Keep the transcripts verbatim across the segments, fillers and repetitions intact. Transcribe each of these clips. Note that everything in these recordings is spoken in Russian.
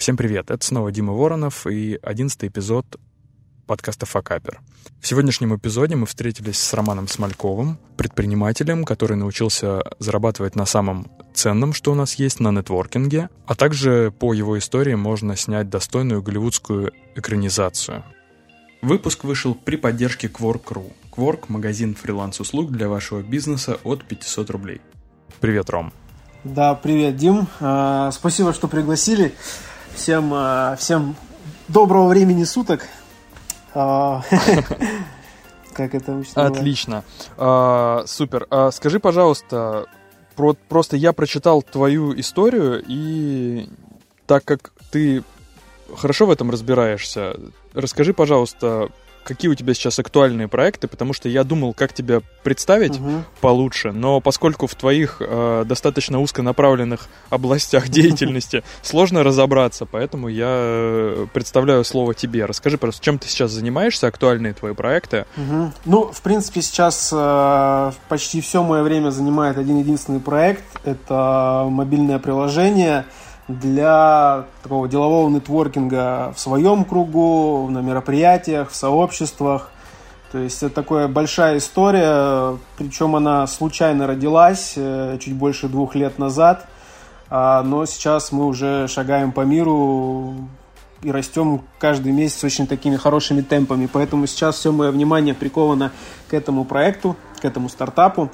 Всем привет, это снова Дима Воронов и одиннадцатый эпизод подкаста «Факапер». В сегодняшнем эпизоде мы встретились с Романом Смольковым, предпринимателем, который научился зарабатывать на самом ценном, что у нас есть, на нетворкинге, а также по его истории можно снять достойную голливудскую экранизацию. Выпуск вышел при поддержке Quark.ru. Quark – магазин фриланс-услуг для вашего бизнеса от пятьсот рублей. Привет, Ром. Да, привет, Дим. Спасибо, что пригласили. Всем, всем доброго времени суток. Как это обычно бывает. Отлично. А, супер. А, скажи, пожалуйста, про, просто я прочитал твою историю, и так как ты хорошо в этом разбираешься, расскажи, пожалуйста, какие у тебя сейчас актуальные проекты, потому что я думал, как тебя представить угу. получше, но поскольку в твоих э, достаточно узконаправленных областях деятельности сложно разобраться, поэтому я представляю слово тебе. Расскажи, просто, чем ты сейчас занимаешься, актуальные твои проекты? Угу. Ну, в принципе, сейчас э, почти все мое время занимает один-единственный проект. Это мобильное приложение для такого делового нетворкинга в своем кругу, на мероприятиях, в сообществах. То есть это такая большая история, причем она случайно родилась чуть больше двух лет назад, но сейчас мы уже шагаем по миру и растем каждый месяц очень такими хорошими темпами. Поэтому сейчас все мое внимание приковано к этому проекту, к этому стартапу.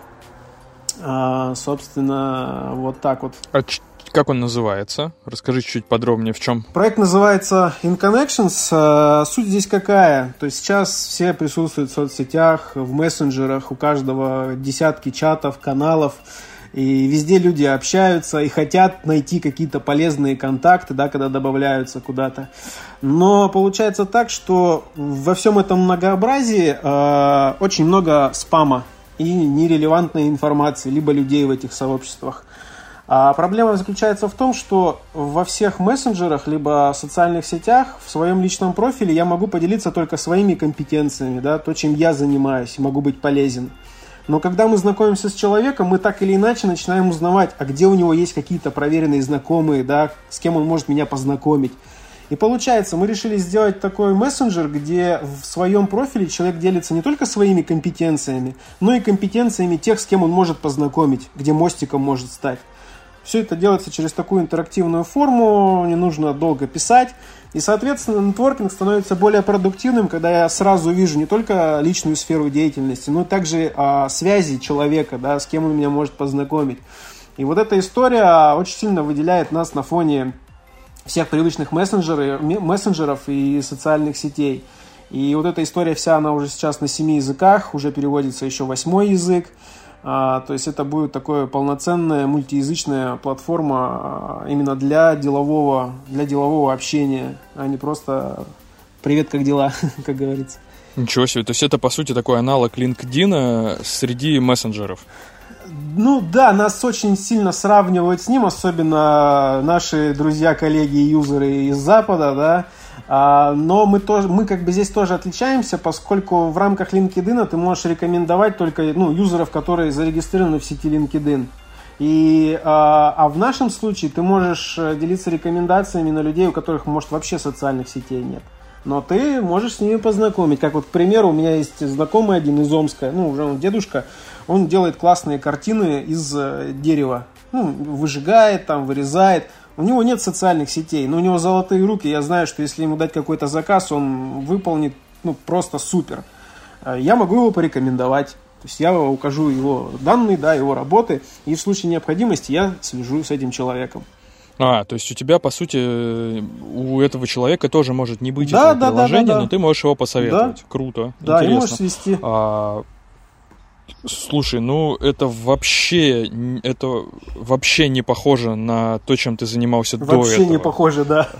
Собственно, вот так вот. Как он называется? Расскажи чуть подробнее, в чем. Проект называется InConnections. Суть здесь какая? То есть сейчас все присутствуют в соцсетях, в мессенджерах, у каждого десятки чатов, каналов. И везде люди общаются и хотят найти какие-то полезные контакты, да, когда добавляются куда-то. Но получается так, что во всем этом многообразии э, очень много спама и нерелевантной информации, либо людей в этих сообществах. А проблема заключается в том, что во всех мессенджерах либо социальных сетях в своем личном профиле я могу поделиться только своими компетенциями, да, то, чем я занимаюсь, могу быть полезен. Но когда мы знакомимся с человеком, мы так или иначе начинаем узнавать, а где у него есть какие-то проверенные знакомые, да, с кем он может меня познакомить. И получается, мы решили сделать такой мессенджер, где в своем профиле человек делится не только своими компетенциями, но и компетенциями тех, с кем он может познакомить, где мостиком может стать. Все это делается через такую интерактивную форму, не нужно долго писать. И, соответственно, нетворкинг становится более продуктивным, когда я сразу вижу не только личную сферу деятельности, но также а, связи человека, да, с кем он меня может познакомить. И вот эта история очень сильно выделяет нас на фоне всех привычных мессенджеров, мессенджеров и социальных сетей. И вот эта история вся, она уже сейчас на семи языках, уже переводится еще восьмой язык. А, то есть это будет такая полноценная мультиязычная платформа а, именно для делового, для делового общения, а не просто «привет, как дела», как говорится. Ничего себе, то есть это по сути такой аналог LinkedIn среди мессенджеров. Ну да, нас очень сильно сравнивают с ним, особенно наши друзья, коллеги и юзеры из Запада, да. А, но мы, тоже, мы как бы здесь тоже отличаемся, поскольку в рамках LinkedIn ты можешь рекомендовать только ну, юзеров, которые зарегистрированы в сети LinkedIn. И, а, а в нашем случае ты можешь делиться рекомендациями на людей, у которых, может, вообще социальных сетей нет. Но ты можешь с ними познакомить. Как вот, к примеру, у меня есть знакомый один из Омска, ну, уже он дедушка, он делает классные картины из дерева. Ну, выжигает, там, вырезает. У него нет социальных сетей, но у него золотые руки. Я знаю, что если ему дать какой-то заказ, он выполнит ну, просто супер. Я могу его порекомендовать. То есть я укажу его данные, да, его работы. И в случае необходимости я свяжу с этим человеком. А, то есть у тебя, по сути, у этого человека тоже может не быть да, этого да, приложения, да, да, да. но ты можешь его посоветовать. Да. Круто, да, интересно. Да, и можешь свести. А, слушай, ну это вообще, это вообще не похоже на то, чем ты занимался вообще до этого. Вообще не похоже, да.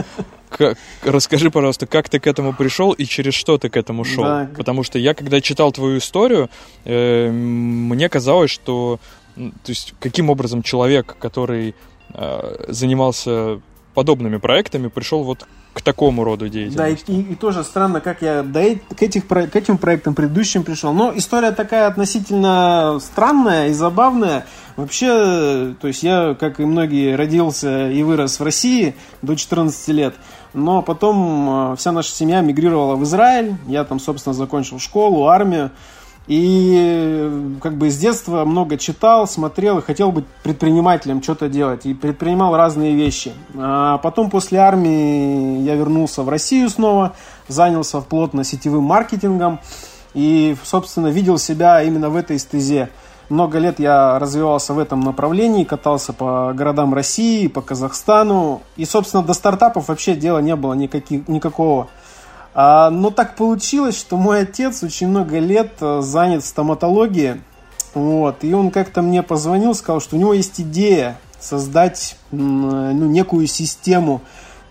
Расскажи, пожалуйста, как ты к этому пришел и через что ты к этому шел? Да. Потому что я, когда читал твою историю, э, мне казалось, что то есть, каким образом человек, который э, занимался подобными проектами пришел вот к такому роду деятельности. Да, и, и, и тоже странно, как я до, к, этих, к этим проектам предыдущим пришел. Но история такая относительно странная и забавная. Вообще, то есть я, как и многие, родился и вырос в России до четырнадцати лет. Но потом вся наша семья мигрировала в Израиль. Я там, собственно, закончил школу, армию. И как бы с детства много читал, смотрел и хотел быть предпринимателем, что-то делать. И предпринимал разные вещи. А потом после армии я вернулся в Россию снова, занялся плотно сетевым маркетингом. И, собственно, видел себя именно в этой стезе. Много лет я развивался в этом направлении, катался по городам России, по Казахстану. И, собственно, до стартапов вообще дела не было никаких, никакого. А, но так получилось, что мой отец очень много лет занят в стоматологии. Вот, и он как-то мне позвонил, сказал, что у него есть идея создать ну, некую систему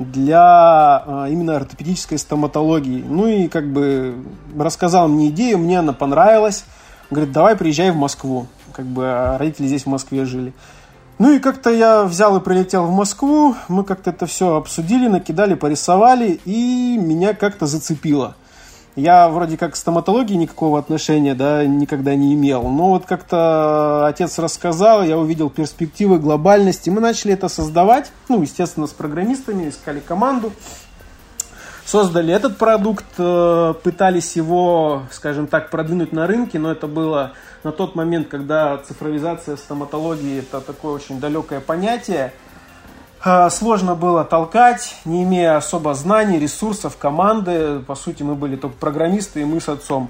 для именно ортопедической стоматологии. Ну и как бы рассказал мне идею, мне она понравилась. Говорит, давай приезжай в Москву. Как бы родители здесь в Москве жили. Ну и как-то я взял и прилетел в Москву. Мы как-то это все обсудили, накидали, порисовали. И меня как-то зацепило. Я вроде как к стоматологии никакого отношения, да, никогда не имел. Но вот как-то отец рассказал, я увидел перспективы, глобальности. Мы начали это создавать. Ну, естественно, с программистами, искали команду. Создали этот продукт, пытались его, скажем так, продвинуть на рынке, но это было на тот момент, когда цифровизация в стоматологии – это такое очень далекое понятие. Сложно было толкать, не имея особо знаний, ресурсов, команды. По сути, мы были только программисты, и мы с отцом.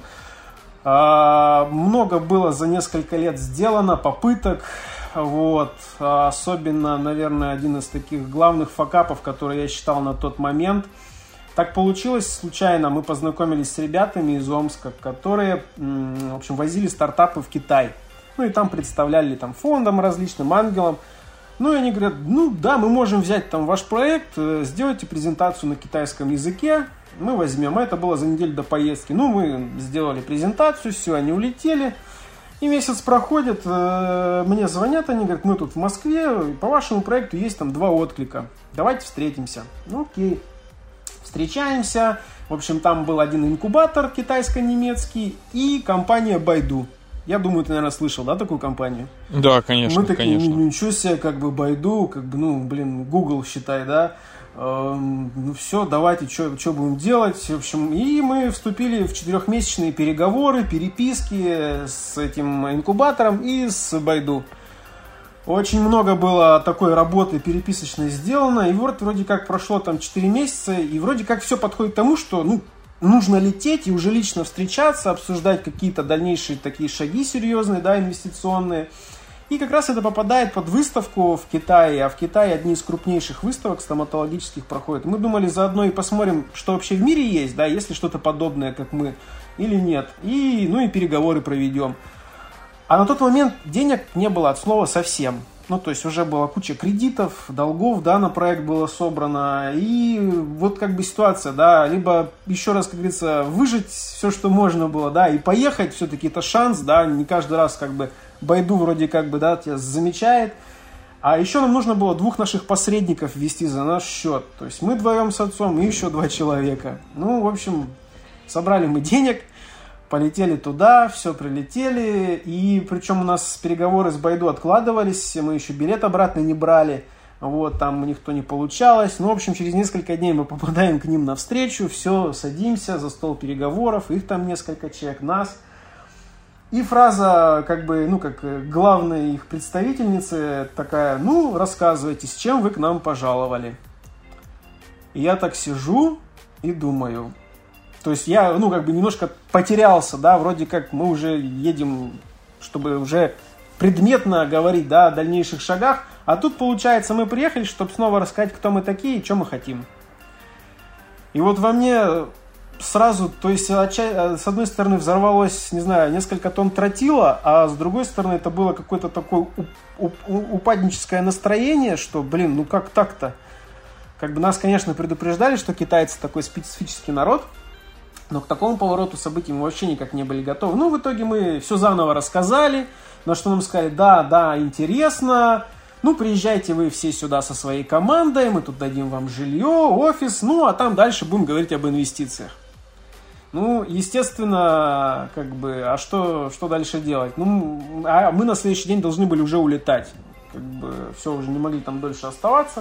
Много было за несколько лет сделано, попыток. Вот. Особенно, наверное, один из таких главных факапов, который я считал на тот момент – так получилось случайно, мы познакомились с ребятами из Омска, которые, в общем, возили стартапы в Китай. Ну и там представляли там, фондам различным, ангелам. Ну и они говорят, ну да, мы можем взять там ваш проект, сделайте презентацию на китайском языке, мы возьмем. Это было за неделю до поездки. Ну мы сделали презентацию, все, они улетели. И месяц проходит, мне звонят, они говорят, мы тут в Москве, по вашему проекту есть там два отклика, давайте встретимся. Ну окей. Встречаемся. В общем, там был один инкубатор китайско-немецкий и компания Baidu. Я думаю, ты, наверное, слышал, да, такую компанию? Да, конечно, Мы такие, конечно. ну, ничего себе, как бы Baidu, как бы, ну, блин, Google, считай, да. Эм, ну, все, давайте, что будем делать? В общем, и мы вступили в четырехмесячные переговоры, переписки с этим инкубатором и с Baidu. Очень много было такой работы переписочной сделано, и вот вроде как прошло там четыре месяца, и вроде как все подходит к тому, что ну, нужно лететь и уже лично встречаться, обсуждать какие-то дальнейшие такие шаги серьезные, да, инвестиционные. И как раз это попадает под выставку в Китае, а в Китае одни из крупнейших выставок стоматологических проходят. Мы думали заодно и посмотрим, что вообще в мире есть, да, есть ли что-то подобное, как мы, или нет. И, ну и переговоры проведем. А на тот момент денег не было от слова совсем. Ну, то есть уже была куча кредитов, долгов, да, на проект было собрано. И вот как бы ситуация, да, либо еще раз, как говорится, выжить все, что можно было, да, и поехать, все-таки это шанс, да, не каждый раз как бы Baidu вроде как бы, да, тебя замечает. А еще нам нужно было двух наших посредников ввести за наш счет. То есть мы вдвоем с отцом и еще два человека. Ну, в общем, собрали мы денег. Полетели туда, все, прилетели, и причем у нас переговоры с Baidu откладывались, мы еще билет обратно не брали, вот, там у них то не получалось. Ну, в общем, через несколько дней мы попадаем к ним навстречу, все, садимся за стол переговоров, их там несколько человек, нас. И фраза, как бы, ну, как главной их представительницы такая, ну, рассказывайте, с чем вы к нам пожаловали. И я так сижу и думаю... То есть я, ну, как бы немножко потерялся, да, вроде как мы уже едем, чтобы уже предметно говорить, да, о дальнейших шагах, а тут, получается, мы приехали, чтобы снова рассказать, кто мы такие и что мы хотим. И вот во мне сразу, то есть, с одной стороны, взорвалось, не знаю, несколько тонн тротила, а с другой стороны, это было какое-то такое упадническое настроение, что, блин, ну как так-то? Как бы нас, конечно, предупреждали, что китайцы такой специфический народ, но к такому повороту событий мы вообще никак не были готовы. Ну, в итоге мы все заново рассказали, на что нам сказали, да, да, интересно, Ну, приезжайте вы все сюда со своей командой, мы тут дадим вам жилье, офис, ну, а там дальше будем говорить об инвестициях. Ну, естественно, как бы, а что, что дальше делать? Ну, а мы на следующий день должны были уже улетать. Как бы, все, уже не могли там дольше оставаться.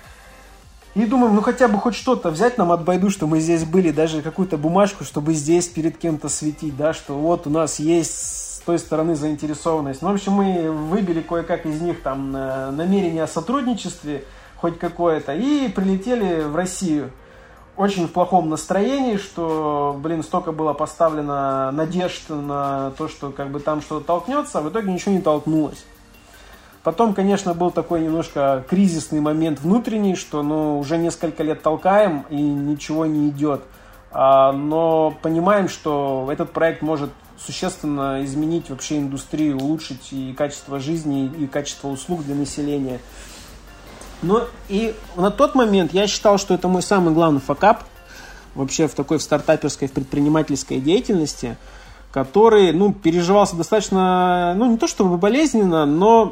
И думаем, ну, хотя бы хоть что-то взять нам от Байду, что мы здесь были, даже какую-то бумажку, чтобы здесь перед кем-то светить, да, что вот у нас есть с той стороны заинтересованность. Ну, в общем, мы выбили кое-как из них там намерение о сотрудничестве, хоть какое-то, и прилетели в Россию. Очень в плохом настроении, что, блин, столько было поставлено надежд на то, что как бы там что-то толкнется, а в итоге ничего не толкнулось. Потом, конечно, был такой немножко кризисный момент внутренний, что, ну, уже несколько лет толкаем и ничего не идет. А, но понимаем, что этот проект может существенно изменить вообще индустрию, улучшить и качество жизни, и качество услуг для населения. Ну и на тот момент я считал, что это мой самый главный факап вообще в такой в стартаперской, в предпринимательской деятельности, который, ну, переживался достаточно, ну, не то чтобы болезненно, но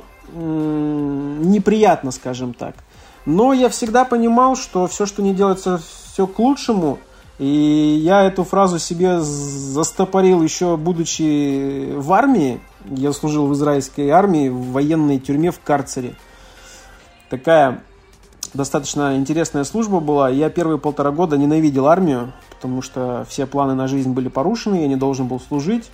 м- неприятно, скажем так. Но я всегда понимал, что все, что не делается, все к лучшему. И я эту фразу себе застопорил еще будучи в армии. Я служил в израильской армии, в военной тюрьме в карцере. Такая достаточно интересная служба была. Я первые полтора года ненавидел армию, потому что все планы на жизнь были порушены, я не должен был служить.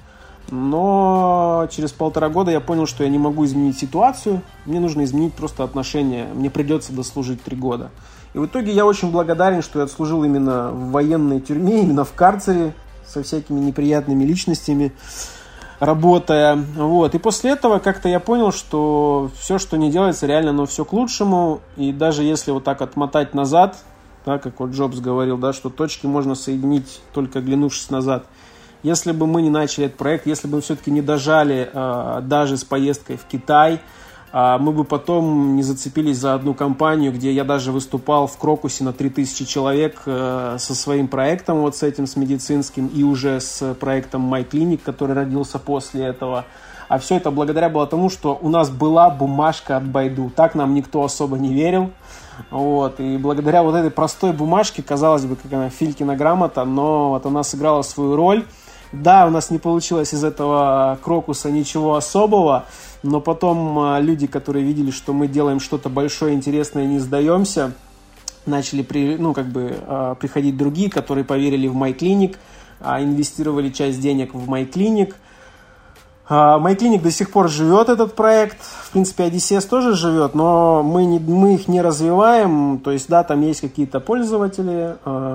Но через полтора года я понял, что я не могу изменить ситуацию. Мне нужно изменить просто отношения. Мне придется дослужить три года. И в итоге я очень благодарен, что я отслужил именно в военной тюрьме, именно в карцере, со всякими неприятными личностями, работая. Вот. И после этого как-то я понял, что все, что не делается, реально, но все к лучшему. И даже если вот так отмотать назад, да, как вот Джобс говорил, да, что точки можно соединить, только оглянувшись назад. Если бы мы не начали этот проект, если бы мы все-таки не дожали э, даже с поездкой в Китай, э, мы бы потом не зацепились за одну компанию, где я даже выступал в Крокусе на три тысячи человек э, со своим проектом, вот с этим, с медицинским, и уже с проектом MyClinic, который родился после этого. А все это благодаря было тому, что у нас была бумажка от Байду. Так нам никто особо не верил. Вот. И благодаря вот этой простой бумажке, казалось бы, как она, Филькина грамота, но вот она сыграла свою роль. Да, у нас не получилось из этого Крокуса ничего особого, но потом люди, которые видели, что мы делаем что-то большое, интересное, не сдаемся, начали при, ну, как бы, приходить другие, которые поверили в MyClinic, инвестировали часть денег в MyClinic. MyClinic до сих пор живет, этот проект. В принципе, эй ди си эс тоже живет, но мы, не, мы их не развиваем. То есть, да, там есть какие-то пользователи,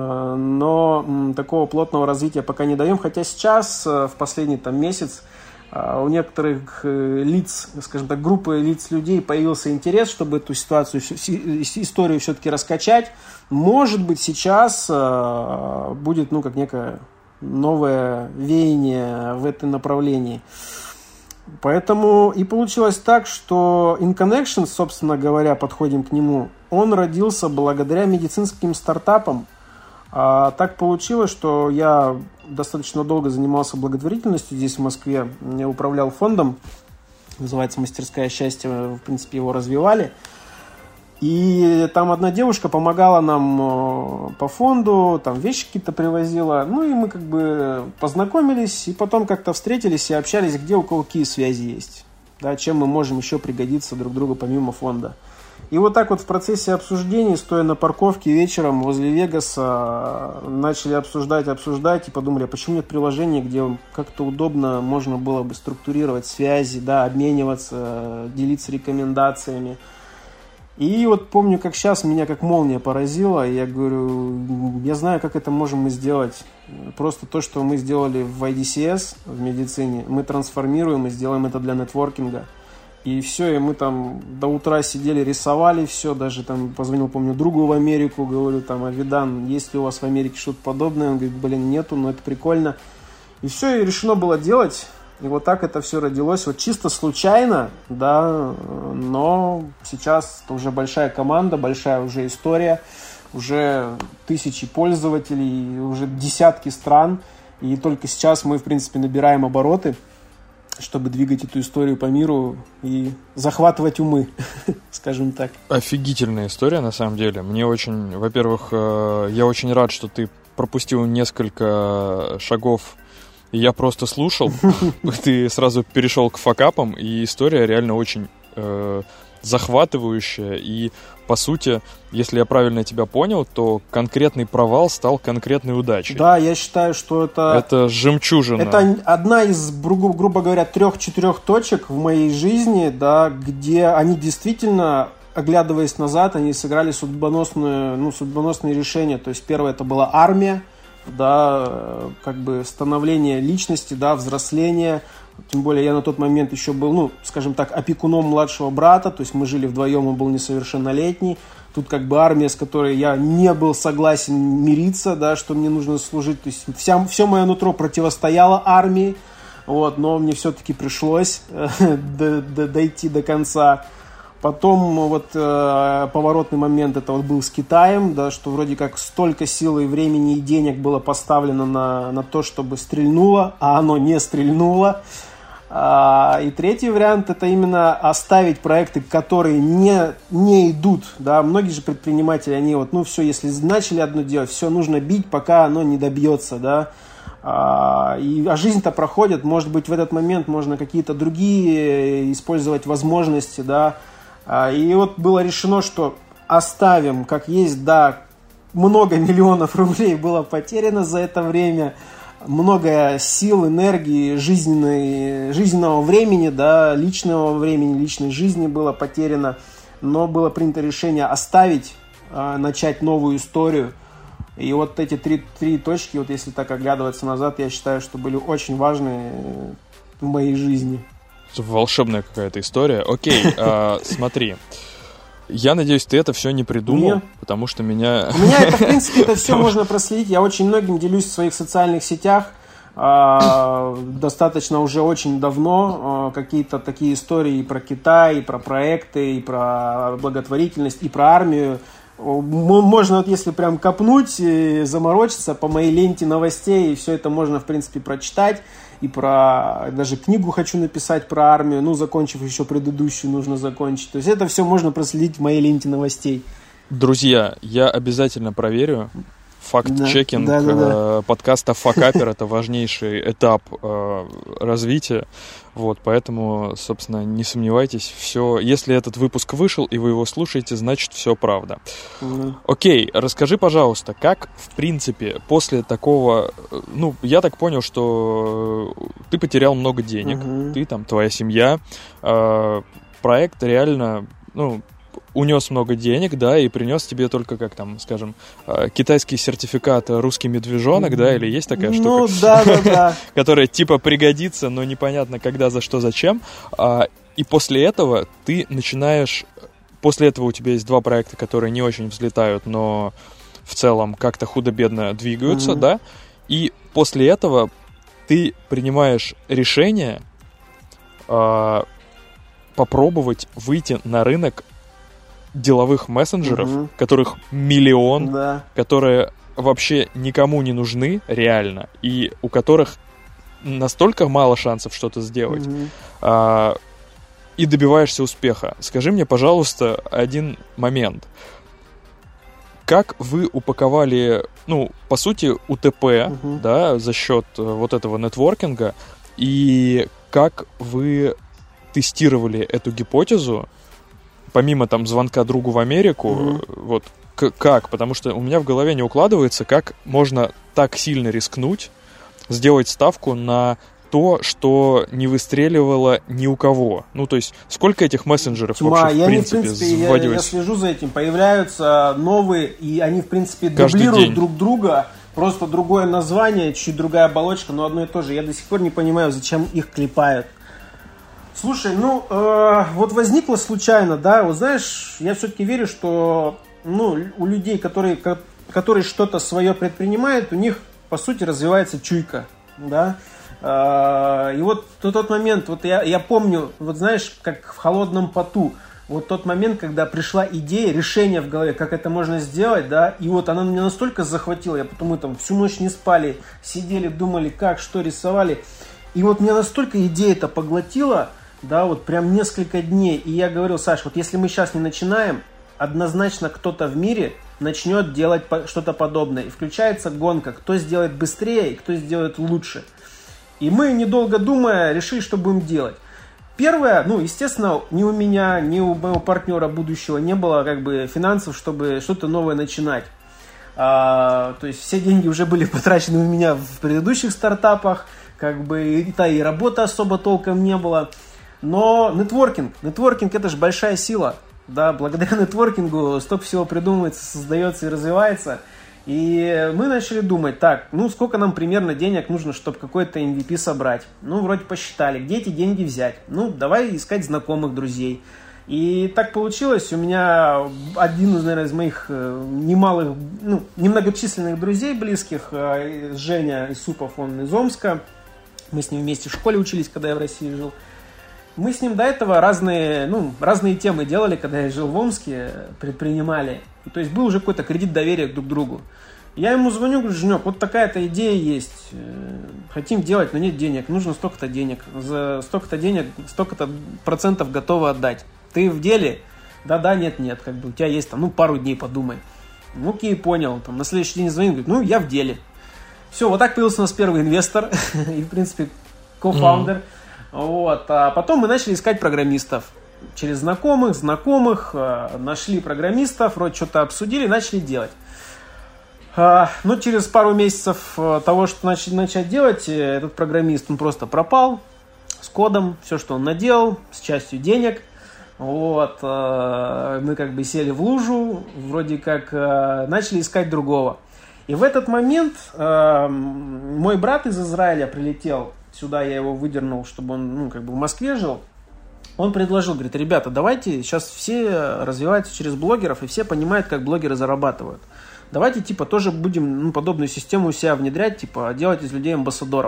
но такого плотного развития пока не даем. Хотя сейчас, в последний там, месяц, у некоторых лиц, скажем так, группы лиц людей появился интерес, чтобы эту ситуацию, историю все-таки раскачать. Может быть, сейчас будет, ну, как некое новое веяние в этом направлении. Поэтому и получилось так, что InConnections, собственно говоря, подходим к нему, он родился благодаря медицинским стартапам. А так получилось, что я достаточно долго занимался благотворительностью здесь, в Москве. Я управлял фондом, называется «Мастерская счастья», в принципе, его развивали. И там одна девушка помогала нам по фонду, там вещи какие-то привозила. Ну и мы как бы познакомились, и потом как-то встретились и общались, где у кого какие связи есть. Да, чем мы можем еще пригодиться друг другу помимо фонда. И вот так вот в процессе обсуждений, стоя на парковке вечером возле Вегаса, начали обсуждать, обсуждать и подумали, а почему нет приложения, где как-то удобно можно было бы структурировать связи, да, обмениваться, делиться рекомендациями. И вот помню, как сейчас меня как молния поразила. Я говорю, я знаю, как это можем мы сделать. Просто то, что мы сделали в эй ди си эс, в медицине, мы трансформируем и сделаем это для нетворкинга. И все, и мы там до утра сидели, рисовали все. Даже там позвонил, помню, другу в Америку, говорю, там, Авидан, есть ли у вас в Америке что-то подобное? Он говорит, блин, нету, но это прикольно. И все, и решено было делать. И вот так это все родилось, вот чисто случайно, да, но сейчас это уже большая команда, большая уже история, уже тысячи пользователей, уже десятки стран, и только сейчас мы, в принципе, набираем обороты. чтобы двигать эту историю по миру и захватывать умы, скажем так. Офигительная история, на самом деле. Мне очень, во-первых, я очень рад, что ты пропустил несколько шагов, и я просто слушал. Ты сразу перешел к факапам, и история реально очень э, захватывающая. И, по сути, если я правильно тебя понял, то конкретный провал стал конкретной удачей. Да, я считаю, что это... Это жемчужина. Это одна из, грубо, грубо говоря, трех-четырех точек в моей жизни, да, где они действительно, оглядываясь назад, они сыграли судьбоносное, ну, судьбоносные решения. То есть первое это была армия, да, как бы становление личности, да, взросление. Тем более я на тот момент еще был, ну, скажем так, опекуном младшего брата, то есть мы жили вдвоем, он был несовершеннолетний. Тут как бы армия, с которой я не был согласен мириться, да, что мне нужно служить. То есть вся, все мое нутро противостояло армии, вот, но мне все-таки пришлось дойти до конца. Потом вот э, поворотный момент это вот был с Китаем, да, что вроде как столько силы, времени и денег было поставлено на, на то, чтобы стрельнуло, а оно не стрельнуло. А, и третий вариант это именно оставить проекты, которые не, не идут. Да. Многие же предприниматели, они вот, ну все, если начали одно делать, все нужно бить, пока оно не добьется, да. А, и, а жизнь-то проходит, может быть в этот момент можно какие-то другие использовать возможности, да. И вот было решено, что оставим как есть, да, много миллионов рублей было потеряно за это время, много сил, энергии, жизненной, жизненного времени, да, личного времени, личной жизни было потеряно, но было принято решение оставить, начать новую историю. И вот эти три, три точки, вот если так оглядываться назад, я считаю, что были очень важны в моей жизни. Волшебная какая-то история. Окей, а, смотри. Я надеюсь, ты это все не придумал, Нет. потому что меня... У меня это, в принципе, это все можно проследить. Я очень многим делюсь в своих социальных сетях. А, достаточно уже очень давно а, какие-то такие истории и про Китай, и про проекты, и про благотворительность, и про армию. Можно, вот если прям копнуть, заморочиться по моей ленте новостей, и все это можно, в принципе, прочитать. И про, даже книгу хочу написать про армию, ну, закончив еще предыдущую, нужно закончить. То есть это все можно проследить в моей ленте новостей. Друзья, я обязательно проверю. Факт-чекинг да, да, да, да. подкаста «Факапер» — это важнейший этап э, развития. Вот, поэтому, собственно, не сомневайтесь. Все, если этот выпуск вышел, и вы его слушаете, значит, все правда. Mm-hmm. Окей, расскажи, пожалуйста, как, в принципе, после такого... Ну, я так понял, что ты потерял много денег, mm-hmm. ты, там, твоя семья. Э, проект реально, ну... унес много денег, да, и принес тебе только, как там, скажем, китайский сертификат «Русский медвежонок», да, или есть такая штука? Ну, да, да, да. Которая типа пригодится, но непонятно когда, за что, зачем. И после этого ты начинаешь... После этого у тебя есть два проекта, которые не очень взлетают, но в целом как-то худо-бедно двигаются, mm-hmm. да, и после этого ты принимаешь решение попробовать выйти на рынок деловых мессенджеров, угу. которых миллион, да. которые вообще никому не нужны реально, и у которых настолько мало шансов что-то сделать, угу. а, и добиваешься успеха. Скажи мне, пожалуйста, один момент. Как вы упаковали, ну, по сути, УТП, угу. да, за счет вот этого нетворкинга, и как вы тестировали эту гипотезу, помимо там звонка другу в Америку, mm-hmm. вот к- как? Потому что у меня в голове не укладывается, как можно так сильно рискнуть, сделать ставку на то, что не выстреливало ни у кого. Ну, то есть, сколько этих мессенджеров Тьма. вообще, я в принципе, принципе, не, в принципе я, я слежу за этим. Появляются новые, и они, в принципе, дублируют друг друга. Просто другое название, чуть другая оболочка, но одно и то же. Я до сих пор не понимаю, зачем их клепают. Слушай, ну, э, вот возникло случайно, да, вот знаешь, я все-таки верю, что, ну, у людей, которые, которые что-то свое предпринимают, у них, по сути, развивается чуйка, да, э, и вот в тот момент, вот я, я помню, вот знаешь, как в холодном поту, вот тот момент, когда пришла идея, решение в голове, как это можно сделать, да, и вот она меня настолько захватила, я потому там всю ночь не спали, сидели, думали, как, что рисовали. И вот меня настолько идея это поглотила, да, вот прям несколько дней. И я говорил: Саш, вот если мы сейчас не начинаем, однозначно кто-то в мире начнет делать что-то подобное. И включается гонка, кто сделает быстрее и кто сделает лучше. И мы, недолго думая, решили, что будем делать. Первое, ну, естественно, ни у меня, ни у моего партнера будущего не было как бы финансов, чтобы что-то новое начинать. А, то есть все деньги уже были потрачены у меня в предыдущих стартапах, как бы и, да, и работы особо толком не было. Но нетворкинг, нетворкинг это же большая сила. Да, благодаря нетворкингу столько всего придумывается, создается и развивается. И мы начали думать: так, ну сколько нам примерно денег нужно, чтобы какой-то эм ви пи собрать? Ну, вроде посчитали, где эти деньги взять? Ну, давай искать знакомых, друзей. И так получилось, у меня один из, наверное, из моих немалых, ну, немногочисленных друзей близких, Женя Исупов, он из Омска. Мы с ним вместе в школе учились, когда я в России жил. Мы с ним до этого разные, ну, разные темы делали, когда я жил в Омске, предпринимали. И, то есть был уже какой-то кредит доверия друг к другу. Я ему звоню, говорю: Женек, вот такая-то идея есть. Хотим делать, но нет денег. Нужно столько-то денег. За столько-то денег, столько-то процентов готовы отдать. Ты в деле? Да-да, нет-нет. Как бы у тебя есть там, ну, пару дней, подумай. Ну, окей, понял. Там, на следующий день звонит, говорит: ну, я в деле. Все, вот так появился у нас первый инвестор. И, в принципе, кофаундер. Mm-hmm. Вот. А потом мы начали искать программистов. Через знакомых, знакомых, нашли программистов, вроде что-то обсудили, начали делать. Но через пару месяцев того, что начали начать делать, этот программист, он просто пропал с кодом, все, что он наделал, с частью денег. Вот. Мы как бы сели в лужу, вроде как начали искать другого. И в этот момент мой брат из Израиля прилетел сюда, я его выдернул, чтобы он, ну, как бы в Москве жил. Он предложил, говорит: ребята, давайте, сейчас все развиваются через блогеров, и все понимают, как блогеры зарабатывают. Давайте, типа, тоже будем, ну, подобную систему у себя внедрять, типа, делать из людей амбассадоров.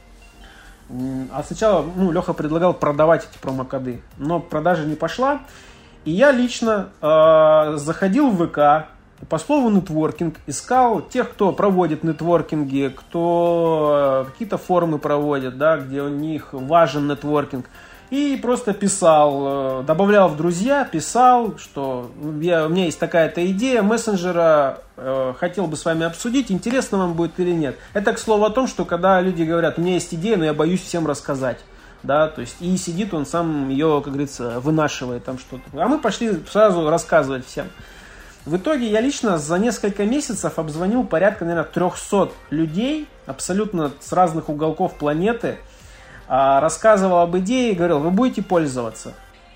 А сначала, ну, Леха предлагал продавать эти промокоды, но продажа не пошла. И я лично э, заходил в ВК, по слову нетворкинг, искал тех, кто проводит нетворкинги, кто какие-то форумы проводит, да, где у них важен нетворкинг. И просто писал, добавлял в друзья, писал, что я, у меня есть такая-то идея мессенджера, э, хотел бы с вами обсудить, интересно вам будет или нет. Это, к слову, о том, что когда люди говорят: у меня есть идея, но я боюсь всем рассказать. Да, то есть и сидит он сам ее, как говорится, вынашивает там что-то. А мы пошли сразу рассказывать всем. В итоге я лично за несколько месяцев обзвонил порядка, наверное, триста людей, абсолютно с разных уголков планеты, рассказывал об идее и говорил: вы будете пользоваться?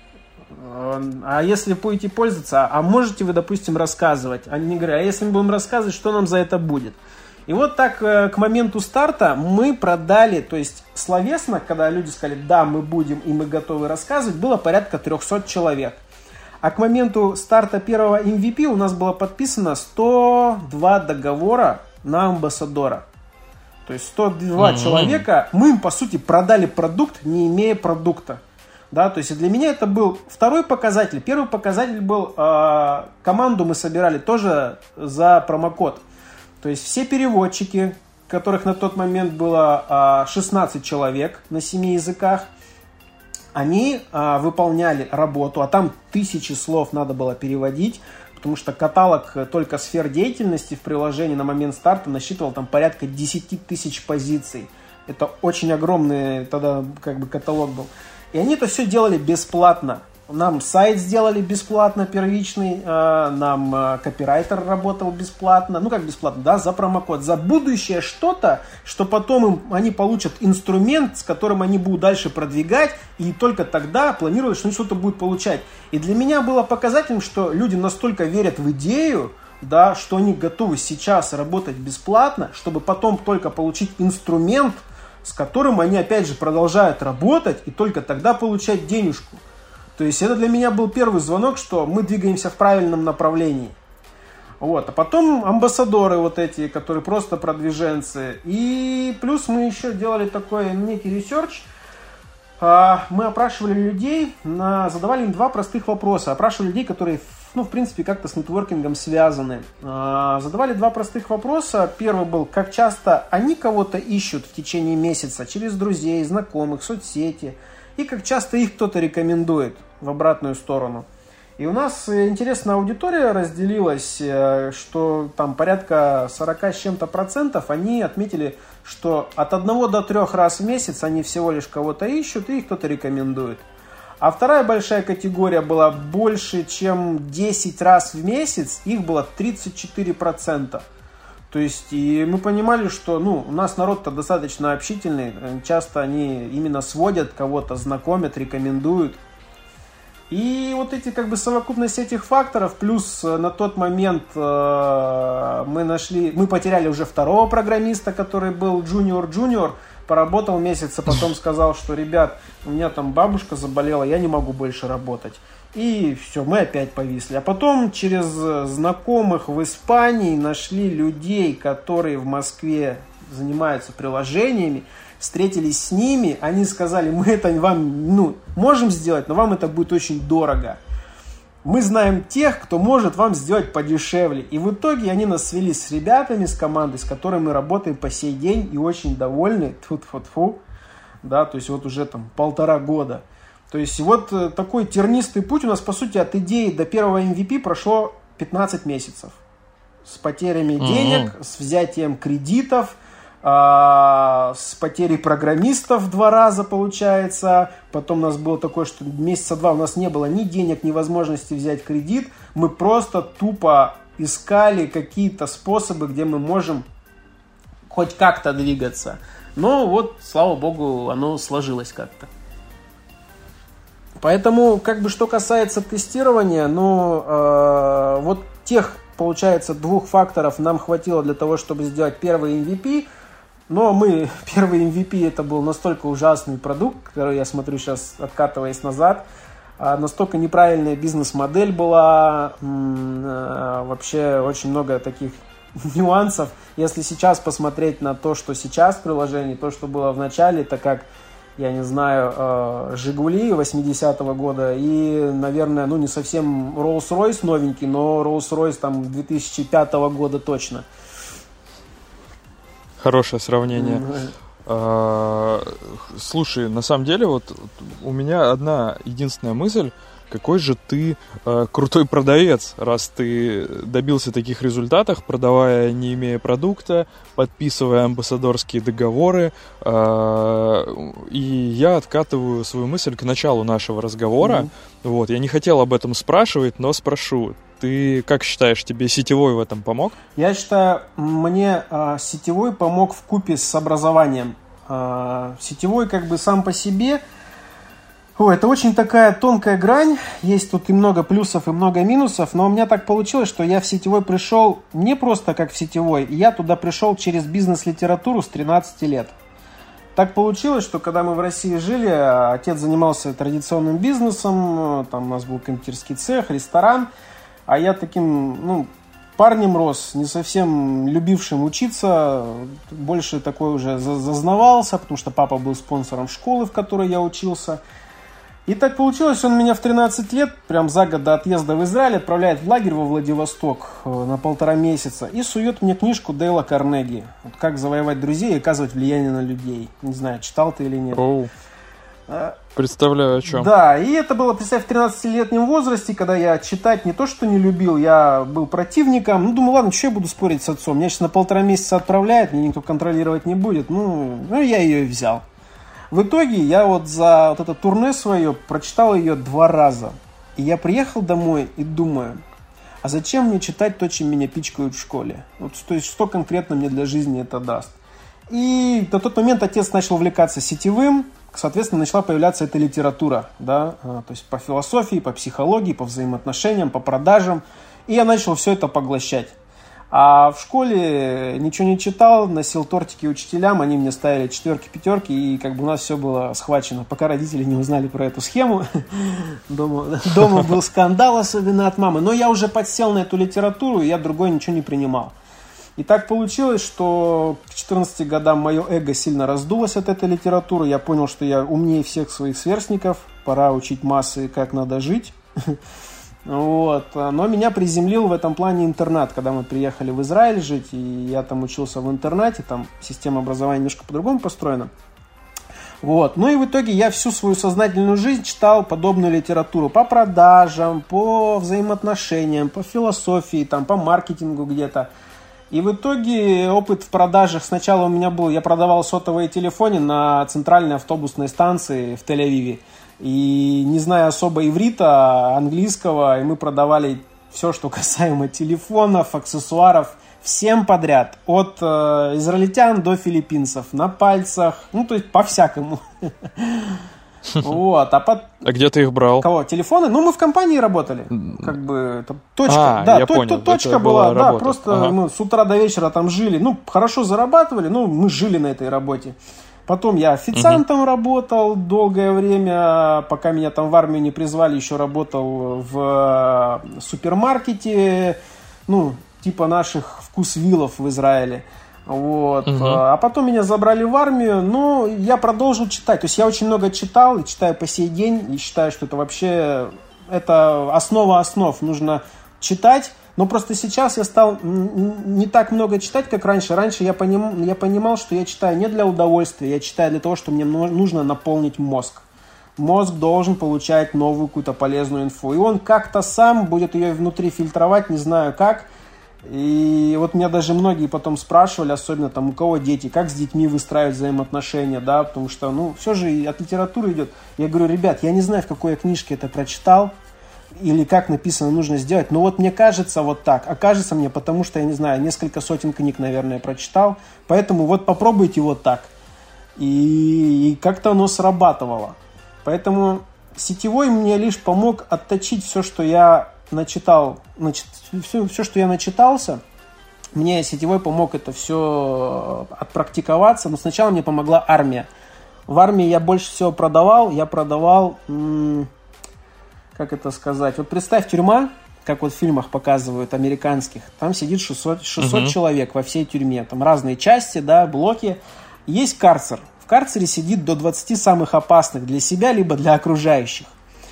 А если будете пользоваться, а можете вы, допустим, рассказывать? Они говорят: а если мы будем рассказывать, что нам за это будет? И вот так к моменту старта мы продали, то есть словесно, когда люди сказали: да, мы будем и мы готовы рассказывать, было порядка триста человек. А к моменту старта первого эм ви пи у нас было подписано сто два договора на амбассадора. То есть сто два mm-hmm. человека, мы им, по сути, продали продукт, не имея продукта. Да, то есть для меня это был второй показатель. Первый показатель был, э, команду мы собирали тоже за промокод. То есть все переводчики, которых на тот момент было э, шестнадцать человек на семи языках, они а, выполняли работу, а там тысячи слов надо было переводить, потому что каталог только сфер деятельности в приложении на момент старта насчитывал там порядка десять тысяч позиций. Это очень огромный тогда как бы каталог был. И они это все делали бесплатно. Нам сайт сделали бесплатно, первичный, нам копирайтер работал бесплатно, ну как бесплатно, да, за промокод, за будущее что-то, что потом им, они получат инструмент, с которым они будут дальше продвигать, и только тогда планируют, что они что-то будут получать. И для меня было показательным, что люди настолько верят в идею, да, что они готовы сейчас работать бесплатно, чтобы потом только получить инструмент, с которым они опять же продолжают работать, и только тогда получать денежку. То есть это для меня был первый звонок, что мы двигаемся в правильном направлении. Вот. А потом амбассадоры вот эти, которые просто продвиженцы. И плюс мы еще делали такой некий ресерч. Мы опрашивали людей, задавали им два простых вопроса. Опрашивали людей, которые ну, в принципе, как-то с нетворкингом связаны. Задавали два простых вопроса. Первый был, как часто они кого-то ищут в течение месяца через друзей, знакомых, соцсети, и как часто их кто-то рекомендует в обратную сторону. И у нас интересная аудитория разделилась, что там порядка сорок с чем-то процентов они отметили, что от одного до трех раз в месяц они всего лишь кого-то ищут и их кто-то рекомендует. А вторая большая категория была больше, чем десять раз в месяц, их было тридцать четыре процента. То есть, и мы понимали, что ну, у нас народ-то достаточно общительный, часто они именно сводят кого-то, знакомят, рекомендуют. И вот эти как бы совокупность этих факторов, плюс на тот момент э, мы нашли, мы потеряли уже второго программиста, который был джуниор-джуниор, поработал месяц, а потом сказал, что, ребят, у меня там бабушка заболела, я не могу больше работать. И все, мы опять повисли. А потом через знакомых в Испании нашли людей, которые в Москве занимаются приложениями, встретились с ними, они сказали, мы это вам ну, можем сделать, но вам это будет очень дорого. Мы знаем тех, кто может вам сделать подешевле. И в итоге они нас свели с ребятами, с командой, с которыми мы работаем по сей день и очень довольны. Тьфу-тьфу-тьфу. Да, то есть вот уже там полтора года. То есть вот такой тернистый путь у нас, по сути, от идеи до первого эм ви пи прошло пятнадцать месяцев. С потерями mm-hmm. денег, с взятием кредитов, с потерей программистов два раза получается. Потом у нас было такое, что месяца два у нас не было ни денег, ни возможности взять кредит. Мы просто тупо искали какие-то способы, где мы можем хоть как-то двигаться. Но вот, слава богу, оно сложилось как-то. Поэтому, как бы, что касается тестирования, ну, э, вот тех, получается, двух факторов нам хватило для того, чтобы сделать первый эм ви пи. Но мы, первый эм ви пи, это был настолько ужасный продукт, который я смотрю сейчас, откатываясь назад. Настолько неправильная бизнес-модель была. Вообще очень много таких нюансов. Если сейчас посмотреть на то, что сейчас в приложении, то, что было в начале, это как, я не знаю, Жигули восьмидесятого года и, наверное, ну не совсем Rolls-Royce новенький, но Rolls-Royce там две тысячи пятого года точно. Хорошее сравнение. Mm-hmm. А, слушай, на самом деле, вот у меня одна единственная мысль. Какой же ты э, крутой продавец, раз ты добился таких результатов, продавая, не имея продукта, подписывая амбассадорские договоры. Э, и я откатываю свою мысль к началу нашего разговора. Mm-hmm. Вот, я не хотел об этом спрашивать, но спрошу. Ты как считаешь, тебе сетевой в этом помог? Я считаю, мне э, сетевой помог вкупе с образованием. Э, сетевой как бы сам по себе... О, это очень такая тонкая грань, есть тут и много плюсов, и много минусов, но у меня так получилось, что я в сетевой пришел не просто как в сетевой, я туда пришел через бизнес-литературу с тринадцати лет. Так получилось, что когда мы в России жили, отец занимался традиционным бизнесом, там у нас был кондитерский цех, ресторан, а я таким, ну, парнем рос, не совсем любившим учиться, больше такой уже зазнавался, потому что папа был спонсором школы, в которой я учился. И так получилось, он меня в тринадцать лет, прям за год до отъезда в Израиль, отправляет в лагерь во Владивосток на полтора месяца и сует мне книжку Дейла Карнеги. Вот «Как завоевать друзей и оказывать влияние на людей». Не знаю, читал ты или нет. Оу. Представляю, о чем. Да, и это было, представь, в тринадцатилетнем возрасте, когда я читать не то, что не любил, я был противником. Ну, думаю, ладно, что я буду спорить с отцом? Меня сейчас на полтора месяца отправляют, меня никто контролировать не будет. Ну, ну я ее и взял. В итоге я вот за вот это турне свое прочитал ее два раза. И я приехал домой и думаю, а зачем мне читать то, чем меня пичкают в школе? Вот, то есть, что конкретно мне для жизни это даст? И на тот момент отец начал увлекаться сетевым, соответственно, начала появляться эта литература, да, то есть по философии, по психологии, по взаимоотношениям, по продажам. И я начал все это поглощать. А в школе ничего не читал, носил тортики учителям, они мне ставили четверки, пятерки, и как бы у нас все было схвачено. Пока родители не узнали про эту схему, дома, дома был скандал, особенно от мамы. Но я уже подсел на эту литературу, и я другой ничего не принимал. И так получилось, что к четырнадцати годам мое эго сильно раздулось от этой литературы. Я понял, что я умнее всех своих сверстников, пора учить массы, как надо жить. Вот. Но меня приземлил в этом плане интернат, когда мы приехали в Израиль жить, и я там учился в интернате, там система образования немножко по-другому построена. Вот. Ну и в итоге я всю свою сознательную жизнь читал подобную литературу по продажам, по взаимоотношениям, по философии, там, по маркетингу где-то. И в итоге опыт в продажах сначала у меня был, я продавал сотовые телефоны на центральной автобусной станции в Тель-Авиве. И не зная особо иврита, английского, и мы продавали все, что касаемо телефонов, аксессуаров, всем подряд. От э, израильтян до филиппинцев, на пальцах, ну то есть по-всякому. Вот, а, под... а где ты их брал? Кого? Телефоны? Ну, мы в компании работали. Как бы, это точка. А, да, я то, понял. То, точка была, да, просто ага. мы с утра до вечера там жили. Ну, хорошо зарабатывали, но мы жили на этой работе. Потом я официантом угу. работал долгое время, пока меня там в армию не призвали, еще работал в супермаркете, ну, типа наших вкусвиллов в Израиле. Вот. Угу. А потом меня забрали в армию, но я продолжил читать. То есть я очень много читал и читаю по сей день, и считаю, что это вообще это основа основ. Нужно читать. Но просто сейчас я стал не так много читать, как раньше. Раньше я, поним, я понимал, что я читаю не для удовольствия, я читаю для того, что мне нужно наполнить мозг. Мозг должен получать новую какую-то полезную инфу. И он как-то сам будет ее внутри фильтровать, не знаю как. И вот меня даже многие потом спрашивали, особенно там у кого дети, как с детьми выстраивать взаимоотношения, да, потому что, ну, все же от литературы идет. Я говорю, ребят, я не знаю, в какой я книжке это прочитал, или как написано нужно сделать, но вот мне кажется вот так, а кажется мне, потому что, я не знаю, несколько сотен книг, наверное, прочитал, поэтому вот попробуйте вот так. И, и как-то оно срабатывало. Поэтому сетевой мне лишь помог отточить все, что я начитал, значит, все, все, что я начитался. Мне сетевой помог это все отпрактиковаться, но сначала мне помогла армия. В армии я больше всего продавал, я продавал... М- Как это сказать? Вот представь, тюрьма, как вот в фильмах показывают, американских, там сидит шестьсот, шестьсот uh-huh. человек во всей тюрьме. Там разные части, да, блоки. Есть карцер. В карцере сидит до двадцати самых опасных для себя, либо для окружающих.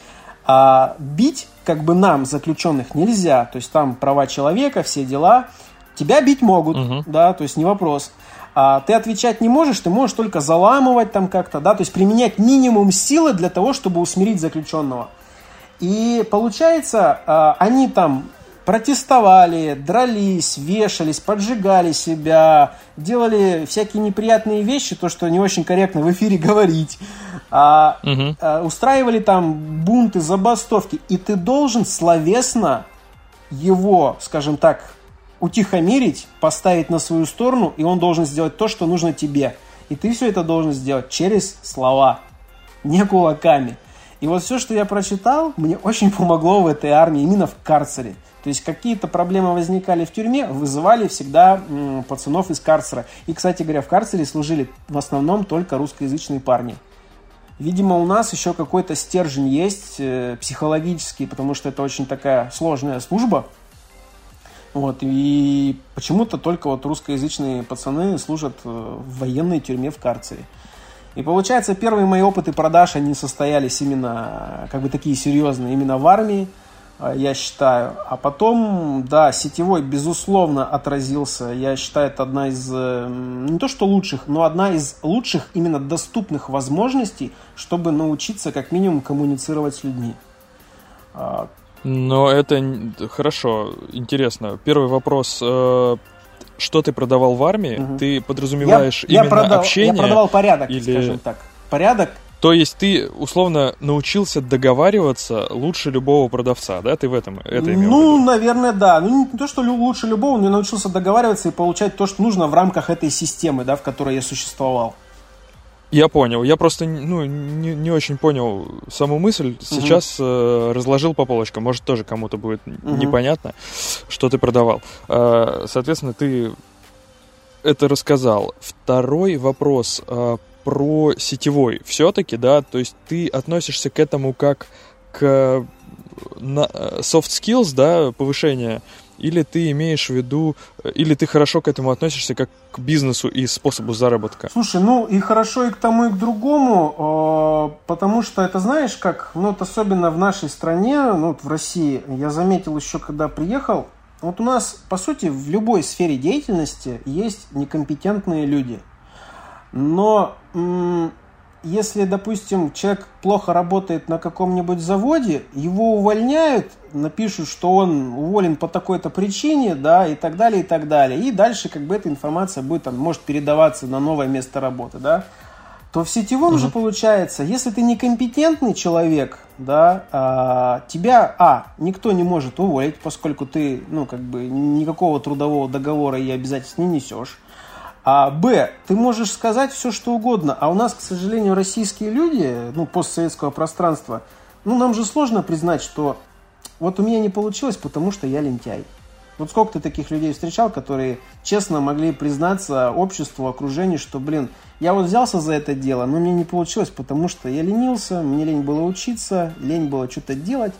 А бить, как бы нам, заключенных, нельзя. То есть там права человека, все дела. Тебя бить могут, uh-huh. да, то есть не вопрос. А ты отвечать не можешь, ты можешь только заламывать там как-то, да, то есть применять минимум силы для того, чтобы усмирить заключенного. И получается, они там протестовали, дрались, вешались, поджигали себя, делали всякие неприятные вещи, то, что не очень корректно в эфире говорить, а, угу. устраивали там бунты, забастовки, и ты должен словесно его, скажем так, утихомирить, поставить на свою сторону, и он должен сделать то, что нужно тебе. И ты все это должен сделать через слова, не кулаками. И вот все, что я прочитал, мне очень помогло в этой армии, именно в карцере. То есть какие-то проблемы возникали в тюрьме, вызывали всегда м, пацанов из карцера. И, кстати говоря, в карцере служили в основном только русскоязычные парни. Видимо, у нас еще какой-то стержень есть э, психологический, потому что это очень такая сложная служба. Вот, и почему-то только вот русскоязычные пацаны служат в военной тюрьме в карцере. И получается, первые мои опыты продаж, они состоялись именно, как бы такие серьезные, именно в армии, я считаю. А потом, да, сетевой, безусловно, отразился. Я считаю, это одна из, не то что лучших, но одна из лучших именно доступных возможностей, чтобы научиться как минимум коммуницировать с людьми. Но это хорошо, интересно. Первый вопрос... Что ты продавал в армии? Угу. Ты подразумеваешь я, именно я продал, общение? Я продавал порядок, или... скажем так. Порядок. То есть ты, условно, научился договариваться лучше любого продавца, да? Ты в этом это имел Ну, в виду? наверное, да. Ну, не то, что лучше любого, но я научился договариваться и получать то, что нужно в рамках этой системы, да, в которой я существовал. Я понял. Я просто ну, не, не очень понял саму мысль. Сейчас угу. э, разложил по полочкам. Может, тоже кому-то будет угу. непонятно, что ты продавал. Э, соответственно, ты это рассказал. Второй вопрос э, про сетевой. Все-таки, да, то есть ты относишься к этому как к на, soft skills, да, повышение или ты имеешь в виду, или ты хорошо к этому относишься как к бизнесу и способу заработка? Слушай, ну и хорошо и к тому, и к другому, потому что это, знаешь, как, ну вот особенно в нашей стране, ну вот в России, я заметил еще, когда приехал, вот у нас, по сути, в любой сфере деятельности есть некомпетентные люди. Но м- если, допустим, человек плохо работает на каком-нибудь заводе, его увольняют, напишут, что он уволен по такой-то причине, да, и так далее, и так далее. И дальше как бы эта информация будет, там, может передаваться на новое место работы, да. То в сетевом uh-huh. же получается, если ты некомпетентный человек, да, а, тебя, а, никто не может уволить, поскольку ты, ну, как бы, никакого трудового договора и обязательств не несешь. А, б, ты можешь сказать все, что угодно, а у нас, к сожалению, российские люди, ну, постсоветского пространства, ну, нам же сложно признать, что вот у меня не получилось, потому что я лентяй. Вот сколько ты таких людей встречал, которые честно могли признаться обществу, окружению, что, блин, я вот взялся за это дело, но мне не получилось, потому что я ленился, мне лень было учиться, лень было что-то делать.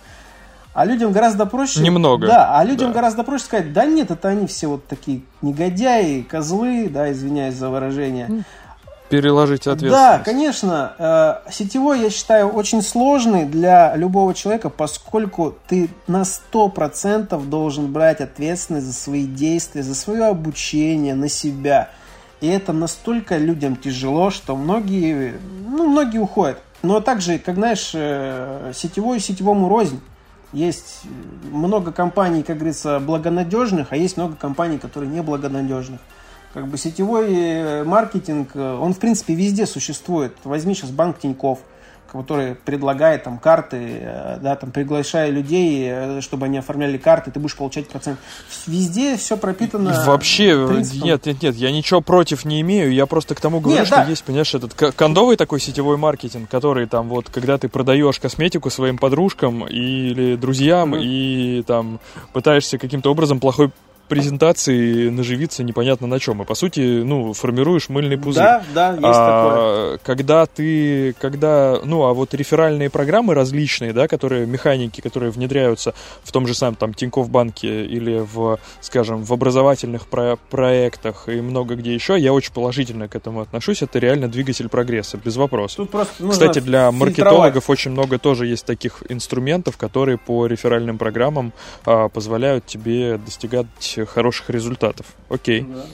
А людям гораздо проще... Немного. Да, а людям да. гораздо проще сказать, да нет, это они все вот такие негодяи, козлы, да, извиняюсь за выражение. Переложить ответственность. Да, конечно. Сетевой, я считаю, очень сложный для любого человека, поскольку ты на сто процентов должен брать ответственность за свои действия, за свое обучение, на себя. И это настолько людям тяжело, что многие, ну, многие уходят. Но также, как знаешь, сетевой сетевому рознь. Есть много компаний, как говорится, благонадежных, а есть много компаний, которые неблагонадежных. Как бы сетевой маркетинг, он в принципе везде существует. Возьми сейчас банк Тинькофф, который предлагает там карты, да, там приглашая людей, чтобы они оформляли карты, ты будешь получать процент. Везде все пропитано. Вообще, принципом. нет, нет, нет, я ничего против не имею, я просто к тому говорю, нет, что да. есть, понимаешь, этот кондовый такой сетевой маркетинг, который там вот, когда ты продаешь косметику своим подружкам или друзьям, mm-hmm. и там пытаешься каким-то образом плохой презентации наживиться непонятно на чем. И, по сути, ну, формируешь мыльный пузырь. Да, да, есть а, такое. Когда ты, когда, ну, а вот реферальные программы различные, да, которые, механики, которые внедряются в том же самом, там, Тинькофф банке или в, скажем, в образовательных про- проектах и много где еще, я очень положительно к этому отношусь. Это реально двигатель прогресса, без вопросов. Кстати, для маркетологов очень много тоже есть таких инструментов, которые по реферальным программам а, позволяют тебе достигать хороших результатов. Окей. Да.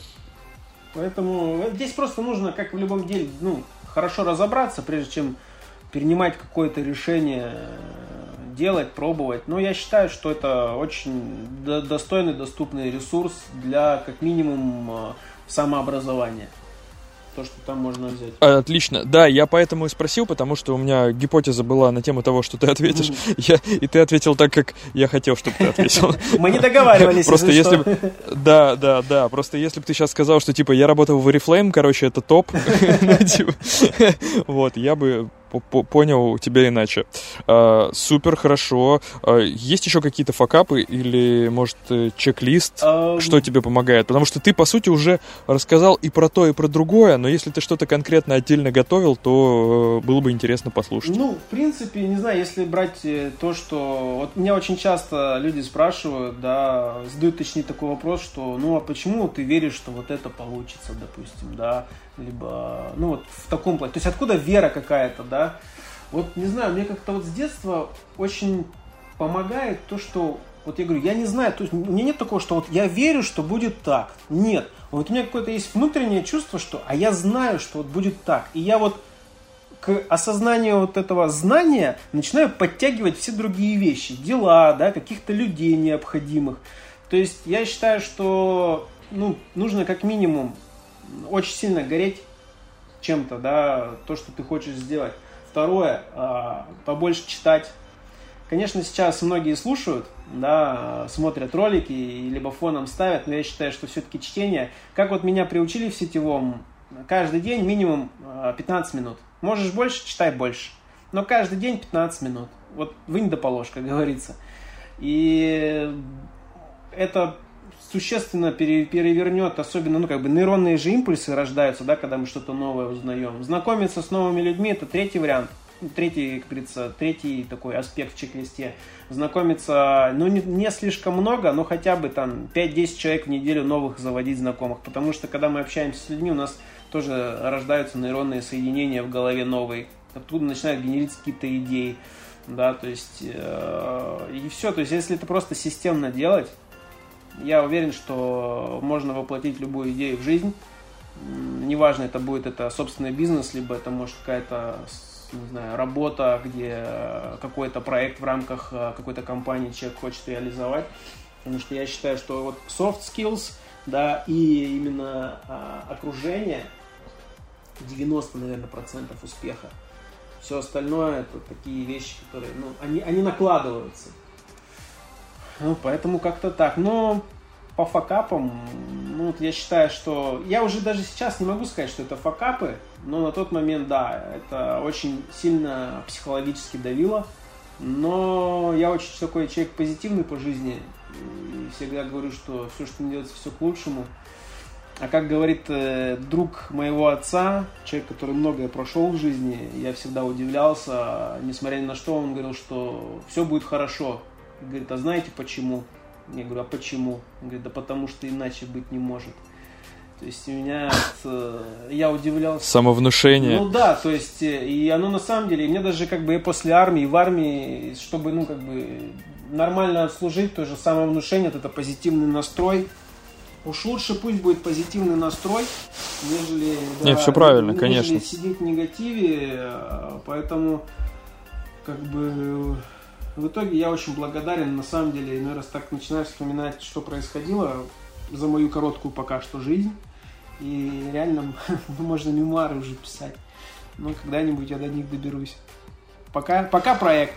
Поэтому здесь просто нужно, как в любом деле, ну, хорошо разобраться, прежде чем принимать какое-то решение, делать, пробовать. Но я считаю, что это очень достойный, доступный ресурс для, как минимум, самообразования. То, что там можно взять. Отлично. Да, я поэтому и спросил, потому что у меня гипотеза была на тему того, что ты ответишь. Я, и ты ответил так, как я хотел, чтобы ты ответил. Мы не договаривались. Просто если бы... Да, да, да. Просто если бы ты сейчас сказал, что типа я работал в Oriflame, короче, это топ. Вот, я бы понял тебя иначе. А, супер, хорошо. А, есть еще какие-то факапы или, может, чек-лист, um... что тебе помогает? Потому что ты, по сути, уже рассказал и про то, и про другое, но если ты что-то конкретно отдельно готовил, то было бы интересно послушать. Ну, в принципе, не знаю, если брать то, что... Вот меня очень часто люди спрашивают, да, задают, точнее, такой вопрос, что, ну, а почему ты веришь, что вот это получится, допустим, да, либо, ну, вот в таком плане. То есть, откуда вера какая-то, да? Вот, не знаю, мне как-то вот с детства очень помогает то, что, вот я говорю, я не знаю, то есть, у меня нет такого, что вот я верю, что будет так. Нет. Вот у меня какое-то есть внутреннее чувство, что, а я знаю, что вот будет так. И я вот к осознанию вот этого знания начинаю подтягивать все другие вещи, дела, да, каких-то людей необходимых. То есть, я считаю, что, ну, нужно как минимум очень сильно гореть чем-то, да, то, что ты хочешь сделать. Второе, побольше читать. Конечно, сейчас многие слушают, да, смотрят ролики, либо фоном ставят, но я считаю, что все-таки чтение, как вот меня приучили в сетевом, каждый день минимум пятнадцать минут. Можешь больше, читай больше. Но каждый день пятнадцать минут. Вот вынь да положь, как говорится. И это существенно перевернет, особенно, ну, как бы нейронные же импульсы рождаются, да, когда мы что-то новое узнаем. Знакомиться с новыми людьми – это третий вариант. третий, как говорится, третий такой аспект в чек-листе. Знакомиться, ну, не, не слишком много, но хотя бы там пять-десять человек в неделю новых заводить знакомых. Потому что, когда мы общаемся с людьми, у нас тоже рождаются нейронные соединения в голове новые. Оттуда начинают генериться какие-то идеи. Да, то есть, э, и все. То есть, если это просто системно делать, я уверен, что можно воплотить любую идею в жизнь. Неважно, это будет это собственный бизнес, либо это может какая-то, не знаю, работа, где какой-то проект в рамках какой-то компании человек хочет реализовать. Потому что я считаю, что вот soft skills, да, и именно а, окружение девяносто, наверное, процентов успеха. Все остальное это такие вещи, которые, ну, они, они накладываются. Ну, поэтому как-то так. Но по факапам, ну, вот я считаю, что... Я уже даже сейчас не могу сказать, что это факапы, но на тот момент, да, это очень сильно психологически давило. Но я очень такой человек позитивный по жизни. И всегда говорю, что все, что не делается, все к лучшему. А как говорит э, друг моего отца, человек, который многое прошел в жизни, я всегда удивлялся, несмотря ни на что, он говорил, что все будет хорошо. Говорит, а знаете почему? Я говорю, а почему? Он говорит, да потому что иначе быть не может. То есть у меня, э, я удивлялся. Самовнушение. Ну да, то есть, и оно на самом деле, и мне даже как бы после армии, в армии, чтобы, ну, как бы нормально отслужить, тоже самовнушение, вот это позитивный настрой. Уж лучше пусть будет позитивный настрой, нежели, Не, да, все правильно, нежели конечно. сидеть в негативе. Поэтому, как бы, в итоге я очень благодарен, на самом деле, иной раз так начинаешь вспоминать, что происходило за мою короткую пока что жизнь. И реально можно мемуары уже писать. Но когда-нибудь я до них доберусь. Пока, пока проект.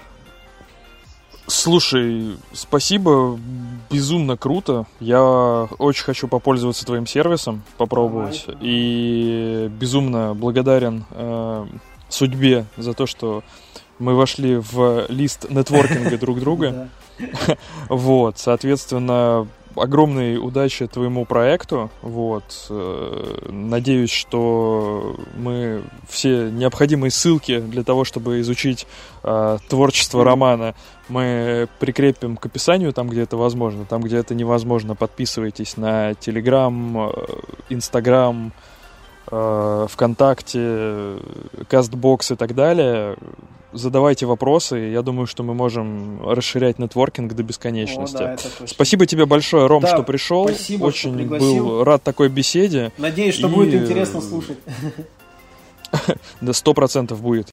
Слушай, спасибо, безумно круто. Я очень хочу попользоваться твоим сервисом, попробовать. Давай. И безумно благодарен э, судьбе за то, что мы вошли в лист нетворкинга друг друга. Вот, соответственно, огромной удачи твоему проекту. Вот. Надеюсь, что мы все необходимые ссылки для того, чтобы изучить э, творчество Романа, мы прикрепим к описанию там, где это возможно. Там, где это невозможно, подписывайтесь на Telegram, Instagram, э, ВКонтакте, Кастбокс и так далее. Задавайте вопросы, я думаю, что мы можем расширять нетворкинг до бесконечности. О, да, спасибо тебе большое, Ром, да, что пришел. Спасибо, очень что пригласил. Был рад такой беседе. Надеюсь, что и... будет интересно слушать. Да, сто процентов будет.